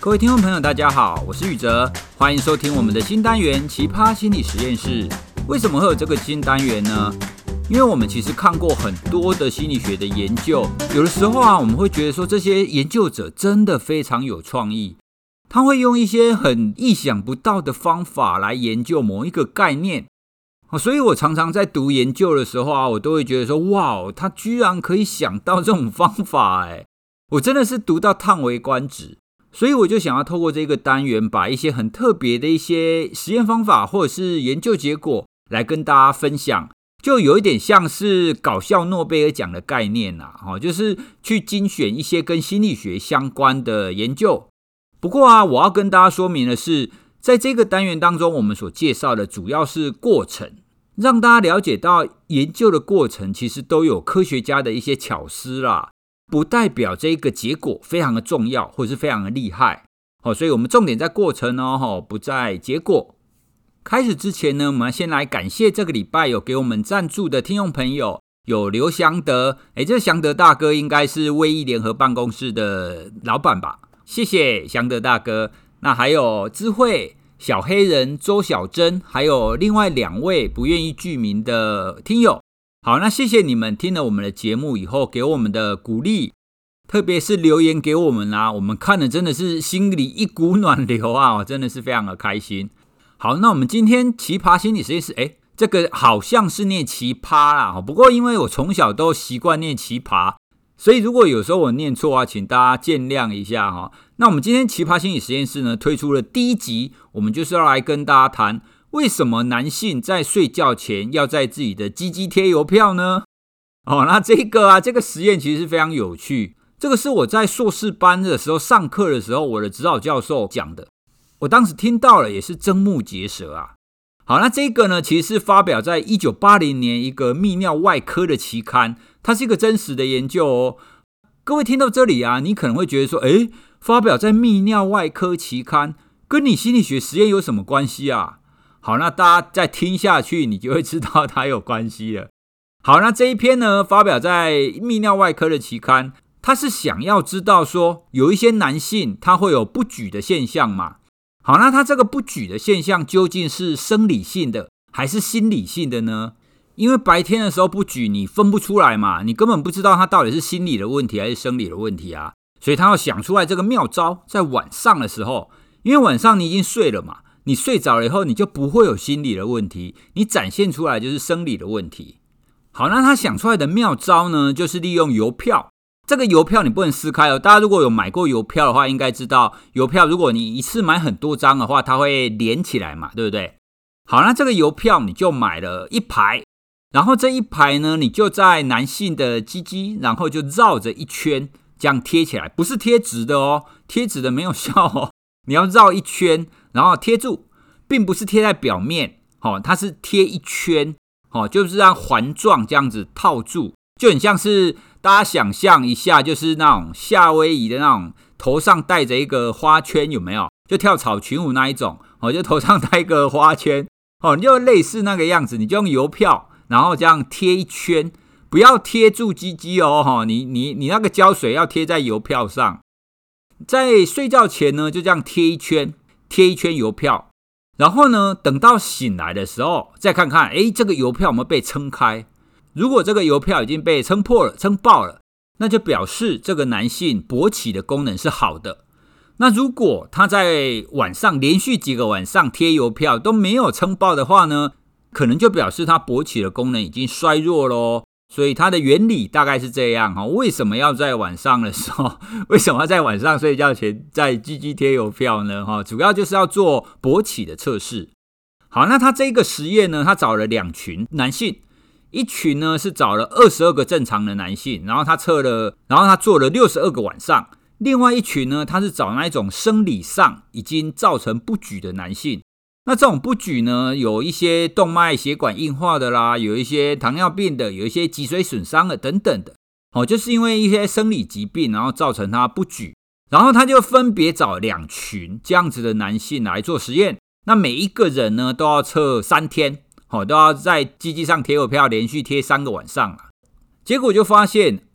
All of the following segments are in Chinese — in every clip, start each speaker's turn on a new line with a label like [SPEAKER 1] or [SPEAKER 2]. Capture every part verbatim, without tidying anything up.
[SPEAKER 1] 各位听众朋友大家好，我是宇哲，欢迎收听我们的新单元奇葩心理实验室。为什么会有这个新单元呢？因为我们其实看过很多的心理学的研究，有的时候啊，我们会觉得说这些研究者真的非常有创意，他会用一些很意想不到的方法来研究某一个概念。所以我常常在读研究的时候啊，我都会觉得说，哇，他居然可以想到这种方法，哎，我真的是读到叹为观止。所以我就想要透过这个单元，把一些很特别的一些实验方法或者是研究结果来跟大家分享，就有一点像是搞笑诺贝尔奖的概念啊，就是去精选一些跟心理学相关的研究。不过啊，我要跟大家说明的是，在这个单元当中，我们所介绍的主要是过程，让大家了解到研究的过程其实都有科学家的一些巧思啦，不代表这个结果非常的重要或者是非常的厉害。所以我们重点在过程哦，不在结果。开始之前呢，我们先来感谢这个礼拜有给我们赞助的听众朋友，有刘祥德，诶，这祥德大哥应该是威毅联合办公室的老板吧，谢谢祥德大哥。那还有智慧、小黑人、周小珍，还有另外两位不愿意具名的听友。好，那谢谢你们听了我们的节目以后给我们的鼓励，特别是留言给我们啊，我们看了真的是心里一股暖流啊，真的是非常的开心。好，那我们今天奇葩心理实验室，诶，这个好像是念奇葩啦，不过因为我从小都习惯念奇葩，所以如果有时候我念错啊，请大家见谅一下哈。那我们今天奇葩心理实验室呢推出了第一集，我们就是要来跟大家谈为什么男性在睡觉前要在自己的鸡鸡贴邮票呢？哦，那这个啊，这个实验其实是非常有趣。这个是我在硕士班的时候上课的时候，我的指导教授讲的。我当时听到了也是瞠目结舌啊。好，那这个呢其实是发表在一九八零年一个泌尿外科的期刊，它是一个真实的研究哦。各位听到这里啊，你可能会觉得说，诶，发表在泌尿外科期刊跟你心理学实验有什么关系啊？好，那大家再听下去你就会知道它有关系了。好，那这一篇呢发表在泌尿外科的期刊，它是想要知道说有一些男性他会有不举的现象嘛。好，那他这个不举的现象究竟是生理性的还是心理性的呢？因为白天的时候不举你分不出来嘛，你根本不知道他到底是心理的问题还是生理的问题啊，所以他要想出来这个妙招，在晚上的时候，因为晚上你已经睡了嘛，你睡着了以后你就不会有心理的问题，你展现出来就是生理的问题。好，那他想出来的妙招呢，就是利用邮票。这个邮票你不能撕开哦，大家如果有买过邮票的话，应该知道邮票如果你一次买很多张的话，它会连起来嘛，对不对？好，那这个邮票你就买了一排，然后这一排呢，你就在男性的鸡鸡，然后就绕着一圈这样贴起来，不是贴直的哦，贴直的没有效哦，你要绕一圈，然后贴住，并不是贴在表面，哦，它是贴一圈，哦，就是让环状这样子套住，就很像是大家想象一下，就是那种夏威夷的那种头上戴着一个花圈，有没有？就跳草裙舞那一种，哦，就头上戴一个花圈，哦，你就类似那个样子，你就用邮票，然后这样贴一圈，不要贴住鸡鸡哦，你你你那个胶水要贴在邮票上，在睡觉前呢，就这样贴一圈，贴一圈邮票，然后呢，等到醒来的时候，再看看，诶，这个邮票有没有被撑开？如果这个邮票已经被撑破了、撑爆了，那就表示这个男性勃起的功能是好的。那如果他在晚上连续几个晚上贴邮票都没有撑爆的话呢，可能就表示他勃起的功能已经衰弱咯。所以它的原理大概是这样，为什么要在晚上的时候，为什么要在晚上睡觉前在鸡鸡贴邮票呢？主要就是要做勃起的测试。好，那他这个实验呢，他找了两群男性，一群呢是找了二十二个正常的男性，然后他测了，然后他做了六十二个晚上。另外一群呢，他是找那一种生理上已经造成不举的男性。那这种不举呢，有一些动脉血管硬化的啦，有一些糖尿病的，有一些脊髓损伤的等等的，哦，就是因为一些生理疾病，然后造成他不举。然后他就分别找两群这样子的男性来做实验。那每一个人呢，都要测三天，哦，都要在鸡鸡上贴邮票，连续贴三个晚上啊。结果就发现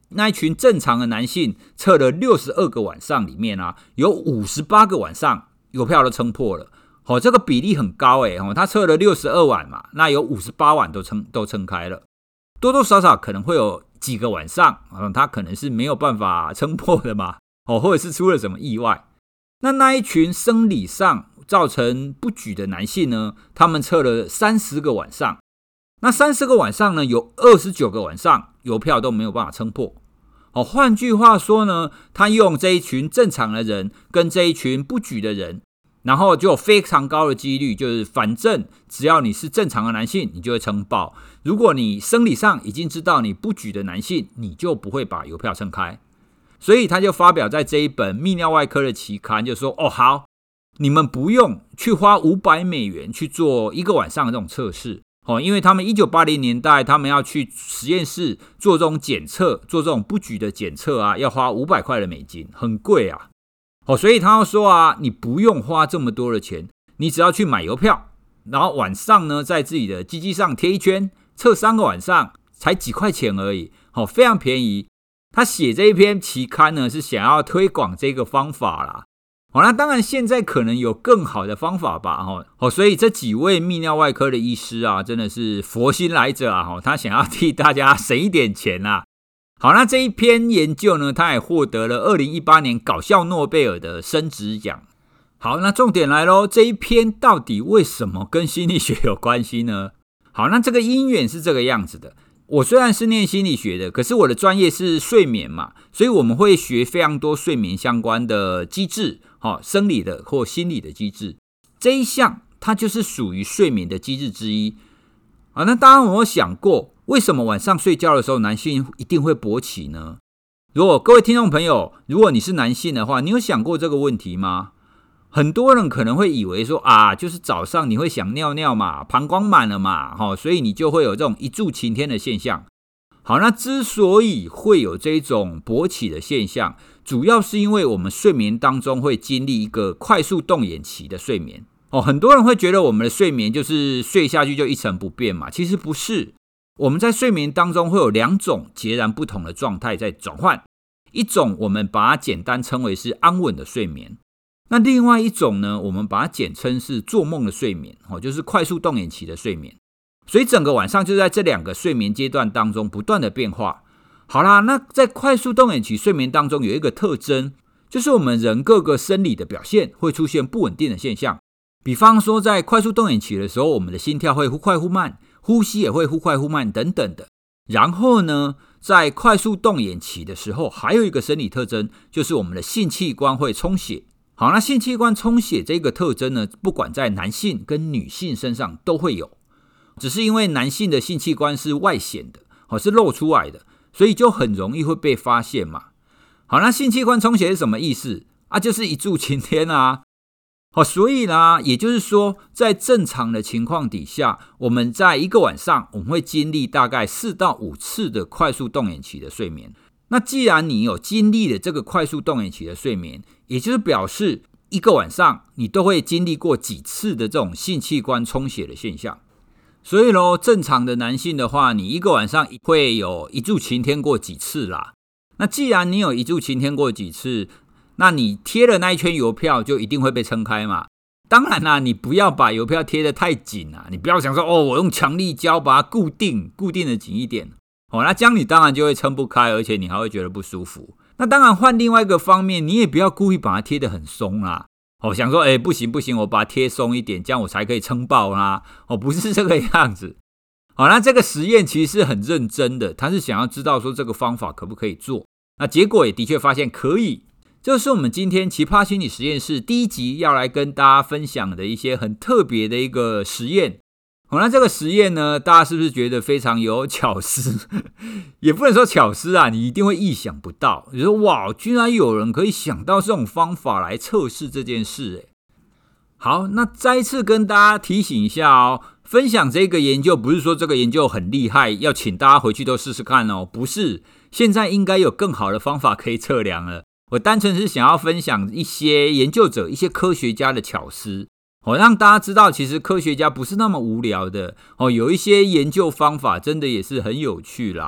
[SPEAKER 1] 那一群正常的男性测了六十二个晚上里面啊，有五十八个晚上邮票都撑破了。哦，这个比例很高诶，哦，他测了六十二晚嘛，那有五十八晚都撑都撑开了，多多少少可能会有几个晚上，哦，他可能是没有办法撑破的嘛，哦，或者是出了什么意外。那那一群生理上造成不举的男性呢，他们测了三十个晚上，那三十个晚上呢，有二十九个晚上邮票都没有办法撑破。哦，换句话说呢，他用这一群正常的人跟这一群不举的人，然后就有非常高的几率，就是反正只要你是正常的男性，你就会撑爆。如果你生理上已经知道你不举的男性，你就不会把邮票撑开。所以他就发表在这一本泌尿外科的期刊，就说哦好，你们不用去花五百美元去做一个晚上的这种测试。哦，因为他们一九八零年代他们要去实验室做这种检测，做这种不举的检测啊，要花五百块的美金，很贵啊。哦，所以他要说啊，你不用花这么多的钱，你只要去买邮票，然后晚上呢，在自己的鸡鸡上贴一圈，测三个晚上，才几块钱而已，哦，非常便宜。他写这一篇期刊呢，是想要推广这个方法啦。哦，那当然现在可能有更好的方法吧，哦，哦，所以这几位泌尿外科的医师啊，真的是佛心来着啊，哦，他想要替大家省一点钱啊。好，那这一篇研究呢，他也获得了二零一八年搞笑诺贝尔的生殖奖。好，那重点来咯，这一篇到底为什么跟心理学有关系呢？好，那这个因缘是这个样子的。我虽然是念心理学的，可是我的专业是睡眠嘛，所以我们会学非常多睡眠相关的机制，哦，生理的或心理的机制。这一项它就是属于睡眠的机制之一。啊，那当然我有想过，为什么晚上睡觉的时候男性一定会勃起呢？如果各位听众朋友，如果你是男性的话，你有想过这个问题吗？很多人可能会以为说啊，就是早上你会想尿尿嘛，膀胱满了嘛，哦，所以你就会有这种一柱擎天的现象。好，那之所以会有这种勃起的现象，主要是因为我们睡眠当中会经历一个快速动眼期的睡眠。哦，很多人会觉得我们的睡眠就是睡下去就一成不变嘛，其实不是。我们在睡眠当中会有两种截然不同的状态在转换，一种我们把它简单称为是安稳的睡眠，那另外一种呢，我们把它简称是做梦的睡眠，就是快速动眼期的睡眠。所以整个晚上就在这两个睡眠阶段当中不断的变化。好啦，那在快速动眼期睡眠当中有一个特征，就是我们人各个生理的表现会出现不稳定的现象。比方说在快速动眼期的时候，我们的心跳会忽快忽慢，呼吸也会忽快忽慢等等的。然后呢，在快速动眼期的时候，还有一个生理特征，就是我们的性器官会充血。好，那性器官充血这个特征呢，不管在男性跟女性身上都会有，只是因为男性的性器官是外显的，是露出来的，所以就很容易会被发现嘛。好，那性器官充血是什么意思啊？就是一柱擎天啊。好，所以呢，也就是说，在正常的情况底下，我们在一个晚上，我们会经历大概四到五次的快速动眼期的睡眠。那既然你有经历了这个快速动眼期的睡眠，也就是表示一个晚上你都会经历过几次的这种性器官充血的现象。所以咯，正常的男性的话，你一个晚上会有一柱擎天过几次啦。那既然你有一柱擎天过几次，那你贴了那一圈邮票就一定会被撑开嘛。当然啦，你不要把邮票贴得太紧啊，你不要想说哦，我用强力胶把它固定固定的紧一点。哦，那这样你当然就会撑不开，而且你还会觉得不舒服。那当然换另外一个方面，你也不要故意把它贴得很松啦。哦，想说诶不行不行，我把它贴松一点，这样我才可以撑爆啦。哦，不是这个样子。好，那这个实验其实是很认真的，他是想要知道说这个方法可不可以做。那结果也的确发现可以。这是我们今天奇葩心理实验室第一集要来跟大家分享的一些很特别的一个实验。好，那这个实验呢，大家是不是觉得非常有巧思？也不能说巧思啊，你一定会意想不到。你说哇，居然有人可以想到这种方法来测试这件事耶。好，那再一次跟大家提醒一下哦，分享这个研究不是说这个研究很厉害，要请大家回去都试试看哦，不是。现在应该有更好的方法可以测量了。我单纯是想要分享一些研究者、一些科学家的巧思，哦，让大家知道其实科学家不是那么无聊的，哦，有一些研究方法真的也是很有趣啦。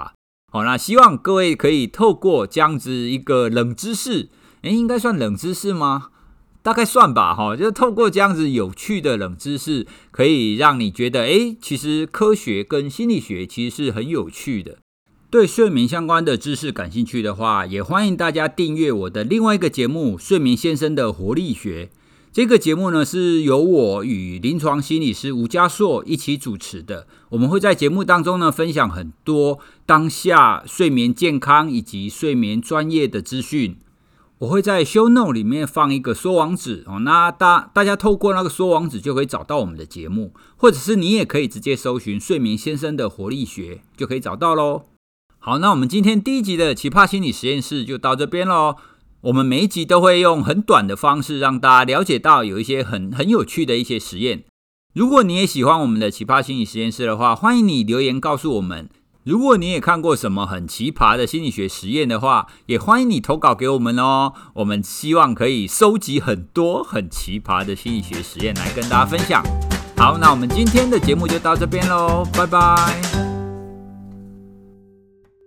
[SPEAKER 1] 好，那希望各位可以透过这样子一个冷知识，诶，应该算冷知识吗？大概算吧，就是透过这样子有趣的冷知识，可以让你觉得，诶，其实科学跟心理学其实是很有趣的。对睡眠相关的知识感兴趣的话，也欢迎大家订阅我的另外一个节目《睡眠先生的活力学》。这个节目呢，是由我与临床心理师吴家硕一起主持的。我们会在节目当中呢，分享很多当下睡眠健康以及睡眠专业的资讯。我会在 show note 里面放一个缩网址，那 大, 大家透过那个缩网址就可以找到我们的节目，或者是你也可以直接搜寻睡眠先生的活力学就可以找到咯。好，那我们今天第一集的奇葩心理实验室就到这边咯。我们每一集都会用很短的方式让大家了解到有一些很很有趣的一些实验。如果你也喜欢我们的奇葩心理实验室的话，欢迎你留言告诉我们。如果你也看过什么很奇葩的心理学实验的话，也欢迎你投稿给我们哦。我们希望可以收集很多很奇葩的心理学实验来跟大家分享。好，那我们今天的节目就到这边咯，拜拜。